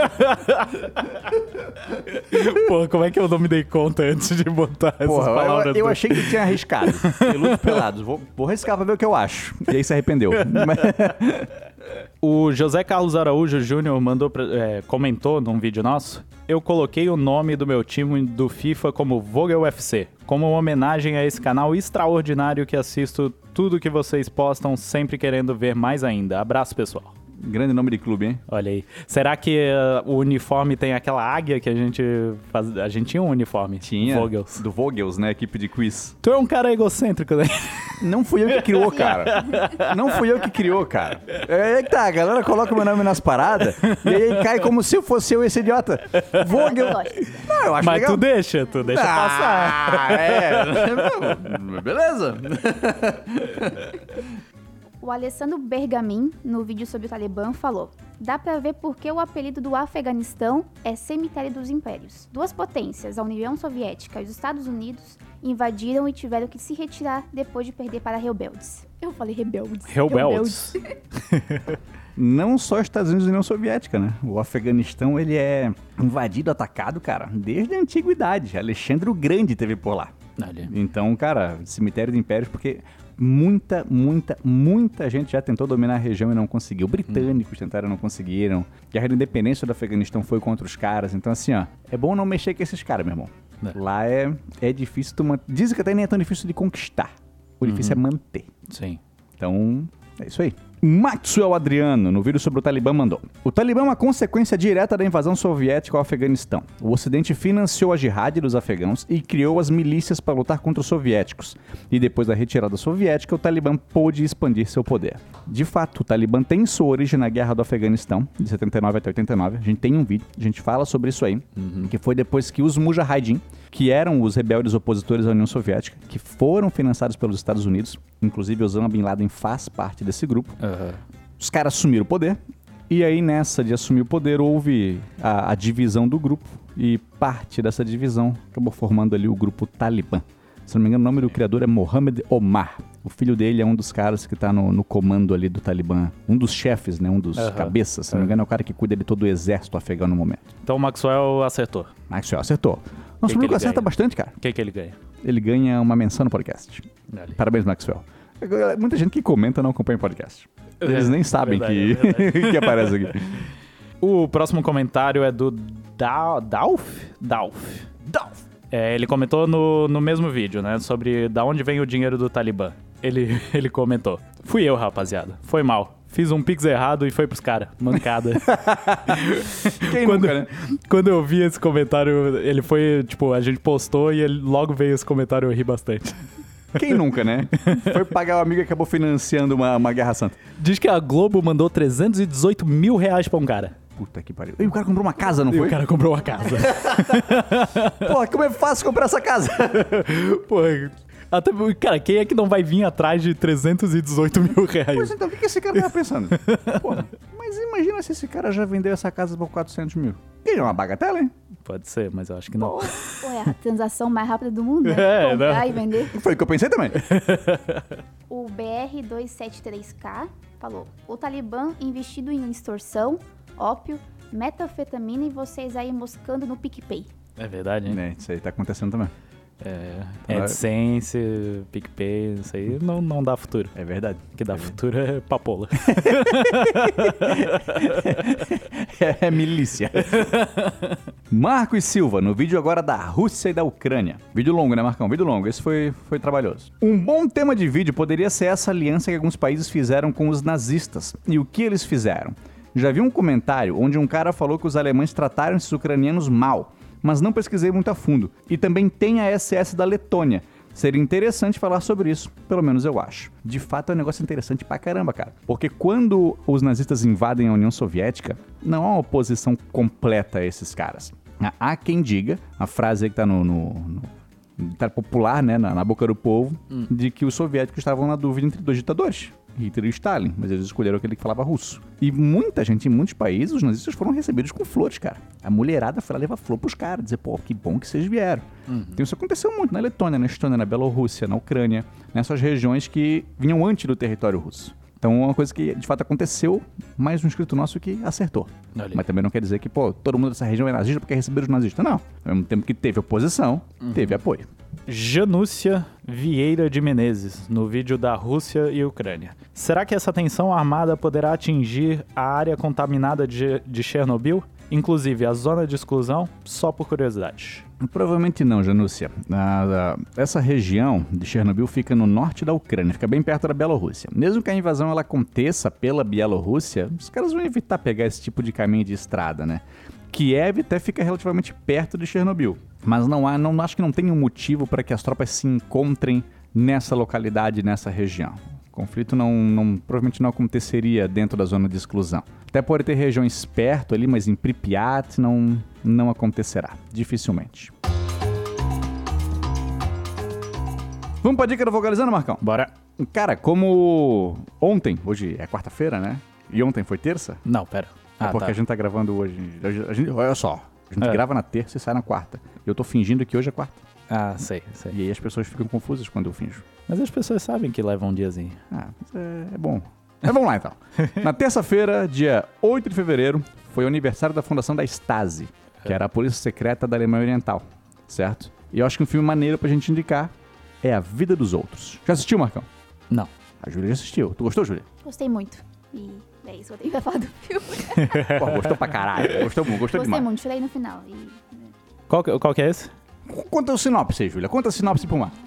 Porra, como é que eu não me dei conta antes de botar essas palavras? Eu achei que tu tinha arriscado. Peludos pelados. Vou arriscar pra ver o que eu acho. E aí se arrependeu. O José Carlos Araújo Júnior comentou num vídeo nosso: eu coloquei o nome do meu time do FIFA como Vogel FC, como uma homenagem a esse canal extraordinário que assisto tudo que vocês postam, sempre querendo ver mais ainda. Abraço, pessoal. Grande nome de clube, hein? Olha aí. Será que o uniforme tem aquela águia que a gente faz? A gente tinha um uniforme. Tinha. Vogels. Do Vogels, né? Equipe de quiz. Tu é um cara egocêntrico, né? Não fui eu que criou, cara. Não fui eu que criou, cara. É que tá, a galera coloca o meu nome nas paradas e aí cai como se fosse eu esse idiota. Vogel. Não, eu acho Mas legal. tu deixa passar. Beleza. O Alessandro Bergamin, no vídeo sobre o Talibã, falou: dá pra ver porque o apelido do Afeganistão é Cemitério dos Impérios. Duas potências, a União Soviética e os Estados Unidos, invadiram e tiveram que se retirar depois de perder para rebeldes. Eu falei rebeldes. Rebeldes. Não só os Estados Unidos e a União Soviética, né? O Afeganistão, ele é invadido, atacado, cara, desde a antiguidade. Alexandre o Grande teve por lá. Ali. Então, cara, Cemitério de Impérios, porque muita gente já tentou dominar a região e não conseguiu. Britânicos tentaram e não conseguiram. Guerra da Independência do Afeganistão foi contra os caras. Então, assim, ó, é bom não mexer com esses caras, meu irmão. Lá é difícil tu manter. Dizem que até nem é tão difícil de conquistar. O difícil é manter. Sim. Então, é isso aí. Maxwell Adriano, no vídeo sobre o Talibã, mandou: o Talibã é uma consequência direta da invasão soviética ao Afeganistão. O Ocidente financiou a jihad dos afegãos e criou as milícias para lutar contra os soviéticos. E depois da retirada soviética, o Talibã pôde expandir seu poder. De fato, o Talibã tem sua origem na Guerra do Afeganistão, de 79 até 89. A gente tem um vídeo, a gente fala sobre isso aí, que foi depois que os Mujahideen, que eram os rebeldes opositores à União Soviética, que foram financiados pelos Estados Unidos, inclusive Osama Bin Laden faz parte desse grupo. Os caras assumiram o poder, e aí nessa de assumir o poder houve a divisão do grupo, e parte dessa divisão acabou formando ali o grupo Talibã. Se não me engano, o nome do criador é Mohammed Omar. O filho dele é um dos caras que tá no comando ali do Talibã. Um dos chefes, né? Um dos cabeças. Se não me engano, é o cara que cuida de todo o exército afegão no momento. Então o Maxwell acertou. Maxwell acertou. Nosso amigo acerta bastante, cara. O que ele ganha? Ele ganha uma menção no podcast. Ali. Parabéns, Maxwell. Muita gente que comenta não acompanha o podcast. Eles nem sabem que aparece aqui. O próximo comentário é do Dalf. Ele comentou no mesmo vídeo, né? Sobre da onde vem o dinheiro do Talibã. Ele comentou: fui eu, rapaziada. Foi mal. Fiz um pix errado e foi pros caras. Mancada. Nunca, né? Quando eu vi esse comentário, ele foi, tipo, a gente postou e ele logo veio esse comentário e eu ri bastante. Quem nunca, né? Foi pagar o amigo e acabou financiando uma guerra santa. Diz que a Globo mandou 318 mil reais pra um cara. Puta que pariu. E o cara comprou uma casa, não foi? E o cara comprou uma casa. Porra, como é fácil comprar essa casa? Porra. Até, cara, quem é que não vai vir atrás de 318 mil reais? Mas então, o que esse cara tava pensando? Porra, mas imagina se esse cara já vendeu essa casa por 400 mil. E é uma bagatela, hein? Pode ser, mas eu acho que não. Pô, é a transação mais rápida do mundo, né? Comprar não. E vender. Foi o que eu pensei também. O BR273K falou: o Talibã investido em extorsão, ópio, metanfetamina e vocês aí moscando no PicPay. É verdade, hein? É, isso aí tá acontecendo também. AdSense, PicPay, isso aí não dá futuro. É verdade. O que dá futuro é papola. É milícia. Marcos Silva, no vídeo agora da Rússia e da Ucrânia. Vídeo longo, né, Marcão? Vídeo longo. Esse foi trabalhoso. Um bom tema de vídeo poderia ser essa aliança que alguns países fizeram com os nazistas. E o que eles fizeram? Já vi um comentário onde um cara falou que os alemães trataram esses ucranianos mal, mas não pesquisei muito a fundo. E também tem a SS da Letônia. Seria interessante falar sobre isso, pelo menos eu acho. De fato é um negócio interessante pra caramba, cara. Porque quando os nazistas invadem a União Soviética, não há uma oposição completa a esses caras. Há quem diga, a frase aí que tá tá popular, né, na boca do povo, de que os soviéticos estavam na dúvida entre dois ditadores, Hitler e Stalin, mas eles escolheram aquele que falava russo. E muita gente, em muitos países, os nazistas foram recebidos com flores, cara. A mulherada foi lá levar flor pros caras, dizer, pô, que bom que vocês vieram. Então isso aconteceu muito na Letônia, na Estônia, na Bielorrússia, na Ucrânia, nessas regiões que vinham antes do território russo. Então é uma coisa que de fato aconteceu, mais um inscrito nosso que acertou. Ali. Mas também não quer dizer que, pô, todo mundo dessa região é nazista porque receberam os nazistas. Não. Ao mesmo tempo que teve oposição, teve apoio. Janúcia Vieira de Menezes, no vídeo da Rússia e Ucrânia. Será que essa tensão armada poderá atingir a área contaminada de Chernobyl? Inclusive a zona de exclusão? Só por curiosidade. Provavelmente não, Janúcia. Essa região de Chernobyl fica no norte da Ucrânia, fica bem perto da Bielorrússia. Mesmo que a invasão ela aconteça pela Bielorrússia, os caras vão evitar pegar esse tipo de caminho de estrada, né? Kiev até fica relativamente perto de Chernobyl, mas acho que não tem um motivo para que as tropas se encontrem nessa localidade, nessa região. O conflito provavelmente não aconteceria dentro da zona de exclusão. Até pode ter regiões perto ali, mas em Pripyat não acontecerá, dificilmente. Vamos pra dica do Vogalizando, Marcão? Bora. Cara, como ontem, hoje é quarta-feira, né? E ontem foi terça? Não, pera. Porque a gente tá gravando hoje. Olha só, a gente grava na terça e sai na quarta. Eu tô fingindo que hoje é quarta. Ah, sei. E aí as pessoas ficam confusas quando eu finjo. Mas as pessoas sabem que leva um diazinho. Mas é bom. Mas vamos lá então. Na terça-feira, dia 8 de fevereiro, foi o aniversário da fundação da Stasi, que era a polícia secreta da Alemanha Oriental, certo? E eu acho que um filme maneiro pra gente indicar é A Vida dos Outros. Já assistiu, Marcão? Não. A Júlia já assistiu. Tu gostou, Júlia? Gostei muito. E é isso, eu tenho pra falar do filme. Pô, gostou pra caralho. Gostou demais. Gostei muito, chorei no final. Qual que é esse? Conta o sinopse aí, Júlia. Conta a sinopse pro mar.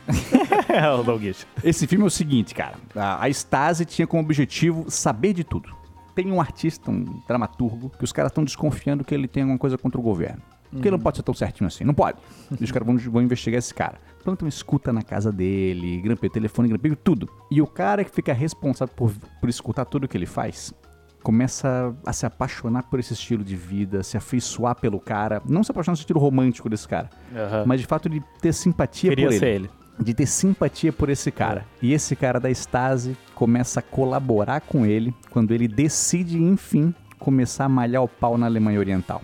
É o Doguiche. Esse filme é o seguinte, cara. A Stasi tinha como objetivo saber de tudo. Tem um artista, um dramaturgo, que os caras estão desconfiando que ele tem alguma coisa contra o governo. Porque ele não pode ser tão certinho assim. Não pode. E os caras vão investigar esse cara. Plantam escuta na casa dele, grampeio telefone, grampeio tudo. E o cara que fica responsável por escutar tudo que ele faz, começa a se apaixonar por esse estilo de vida, se afeiçoar pelo cara. Não se apaixonar no estilo romântico desse cara, mas de fato de ter simpatia por ele. Queria ser ele. De ter simpatia por esse cara. E esse cara da Stasi começa a colaborar com ele quando ele decide, enfim, começar a malhar o pau na Alemanha Oriental.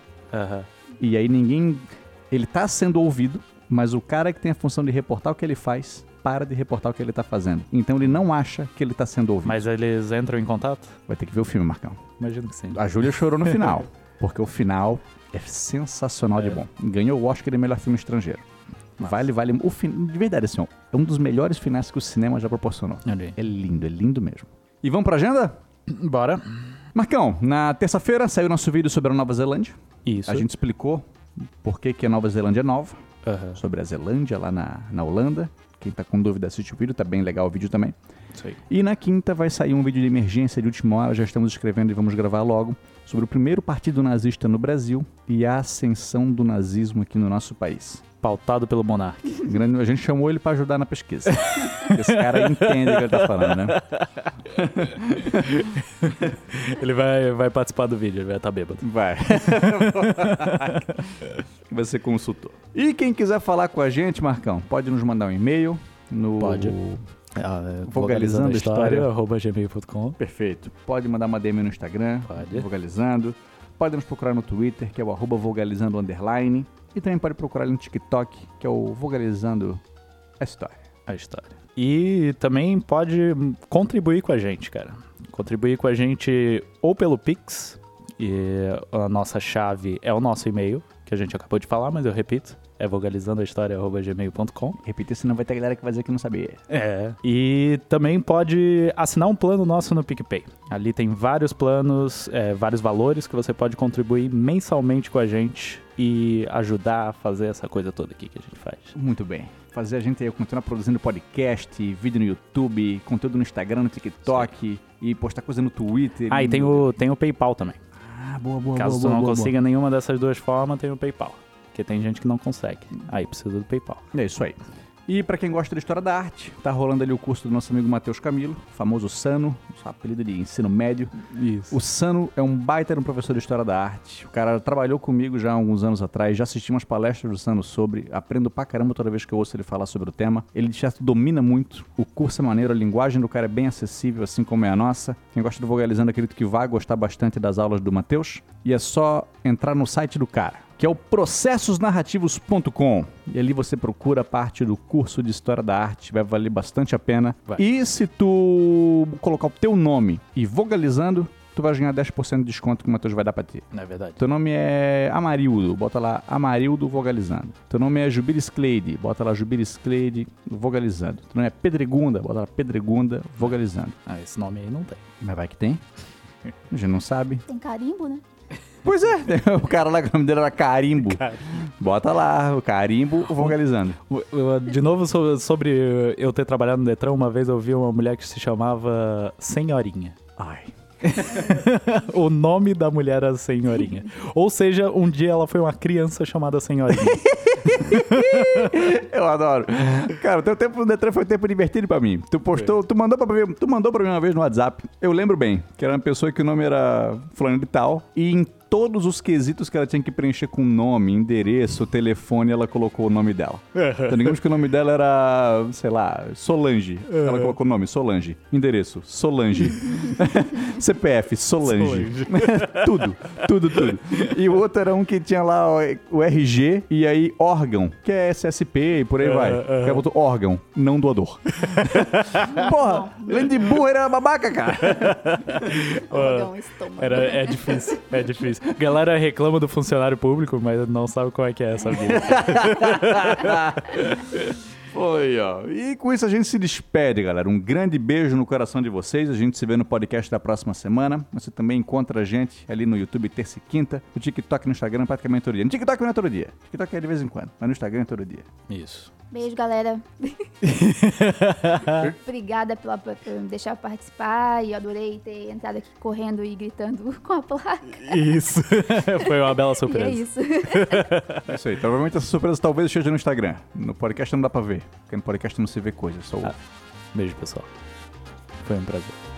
E aí ele tá sendo ouvido, mas o cara que tem a função de reportar o que ele faz, para de reportar o que ele tá fazendo. Então ele não acha que ele tá sendo ouvido. Mas eles entram em contato? Vai ter que ver o filme, Marcão. Imagino que sim. A Júlia chorou no final, porque o final é sensacional de bom. Ganhou o Oscar de melhor filme estrangeiro. Nossa. Vale. De verdade, assim, ó, é um dos melhores finais que o cinema já proporcionou. É lindo mesmo. E vamos pra agenda? Bora. Marcão, na terça-feira saiu nosso vídeo sobre a Nova Zelândia. Isso. A gente explicou por que a Nova Zelândia é nova. Sobre a Zelândia, lá na Holanda. Quem tá com dúvida assiste o vídeo, tá bem legal o vídeo também. Isso aí. E na quinta vai sair um vídeo de emergência de última hora, já estamos escrevendo e vamos gravar logo, sobre o primeiro partido nazista no Brasil e a ascensão do nazismo aqui no nosso país. Pautado pelo Monark. A gente chamou ele pra ajudar na pesquisa. Esse cara entende o que ele tá falando, né? Ele vai participar do vídeo, ele vai estar bêbado. Vai. Vai ser consultor. E quem quiser falar com a gente, Marcão, pode nos mandar um e-mail no... Pode. Vogalizandohistoria@gmail.com. Perfeito. Pode mandar uma DM no Instagram. Pode. Vogalizando. Pode nos procurar no Twitter, que é o @vogalizando_. E também pode procurar no TikTok, que é o Vogalizando a História. A história. E também pode contribuir com a gente, cara. Contribuir com a gente ou pelo Pix, e a nossa chave é o nosso e-mail, que a gente acabou de falar, mas eu repito, é vogalizandohistoria@gmail.com. Repetir, senão vai ter galera que vai dizer que não sabia. E também pode assinar um plano nosso no PicPay. Ali tem vários planos, vários valores que você pode contribuir mensalmente com a gente e ajudar a fazer essa coisa toda aqui que a gente faz. Muito bem. Fazer a gente aí continuar produzindo podcast, vídeo no YouTube, conteúdo no Instagram, no TikTok, e postar coisa no Twitter. E tem o PayPal também. Boa. Caso tu não consiga nenhuma dessas duas formas, tem o PayPal. Porque tem gente que não consegue. Aí precisa do PayPal. É isso aí. E pra quem gosta da história da arte, tá rolando ali o curso do nosso amigo Matheus Camilo, famoso Sano, apelido de ensino médio. Isso. O Sano é um baita professor de história da arte. O cara trabalhou comigo já há alguns anos atrás, já assisti umas palestras do Sano sobre, aprendo pra caramba toda vez que eu ouço ele falar sobre o tema. Ele de certo domina muito, o curso é maneiro, a linguagem do cara é bem acessível, assim como é a nossa. Quem gosta do Vogalizando, acredito que vai gostar bastante das aulas do Matheus. E é só entrar no site do cara, que é o processosnarrativos.com. E ali você procura parte do curso de História da Arte, vai valer bastante a pena. Vai. E se tu colocar o teu nome e Vogalizando, tu vai ganhar 10% de desconto que o Matheus vai dar pra ti. Não é verdade. Teu nome é Amarildo, bota lá Amarildo vogalizando. Teu nome é Jubilis Cleide, bota lá Jubilis Cleide vogalizando. Teu nome é Pedregunda, bota lá Pedregunda vogalizando. Ah, esse nome aí não tem. Mas vai que tem. A gente não sabe. Tem carimbo, né? Pois é, o cara lá, o nome dele era Carimbo. Bota lá, o Carimbo vogalizando. De novo, sobre eu ter trabalhado no Detran, uma vez eu vi uma mulher que se chamava Senhorinha. Ai. O nome da mulher era Senhorinha. Ou seja, um dia ela foi uma criança chamada Senhorinha. Eu adoro. Cara, o teu tempo no Detran foi um tempo divertido pra mim. Tu postou, tu mandou pra mim uma vez no WhatsApp. Eu lembro bem, que era uma pessoa que o nome era fulano de tal. E em todos os quesitos que ela tinha que preencher com nome, endereço, telefone, ela colocou o nome dela. Então, digamos que o nome dela era, sei lá, Solange. Ela colocou o nome, Solange. Endereço, Solange. CPF, Solange. Tudo. E o outro era um que tinha lá o RG e aí órgão, que é SSP e por aí vai. O cara botou órgão, não doador. Porra, além de burro, era babaca, cara. Órgão, estômago. É difícil. Galera reclama do funcionário público, mas não sabe qual é que é essa vida. Foi, ó. E com isso a gente se despede, galera. Um grande beijo no coração de vocês. A gente se vê no podcast da próxima semana. Você também encontra a gente ali no YouTube terça e quinta. No TikTok e no Instagram praticamente todo dia. No TikTok não é todo dia. No TikTok é de vez em quando. Mas no Instagram é todo dia. Isso. Beijo, galera. Obrigada por me deixar participar. E eu adorei ter entrado aqui correndo e gritando com a placa. Isso. Foi uma bela surpresa. E é isso. É isso aí. Provavelmente essa surpresa talvez esteja no Instagram. No podcast não dá pra ver. Porque no podcast não se vê coisa. Só o... Beijo, pessoal. Foi um prazer.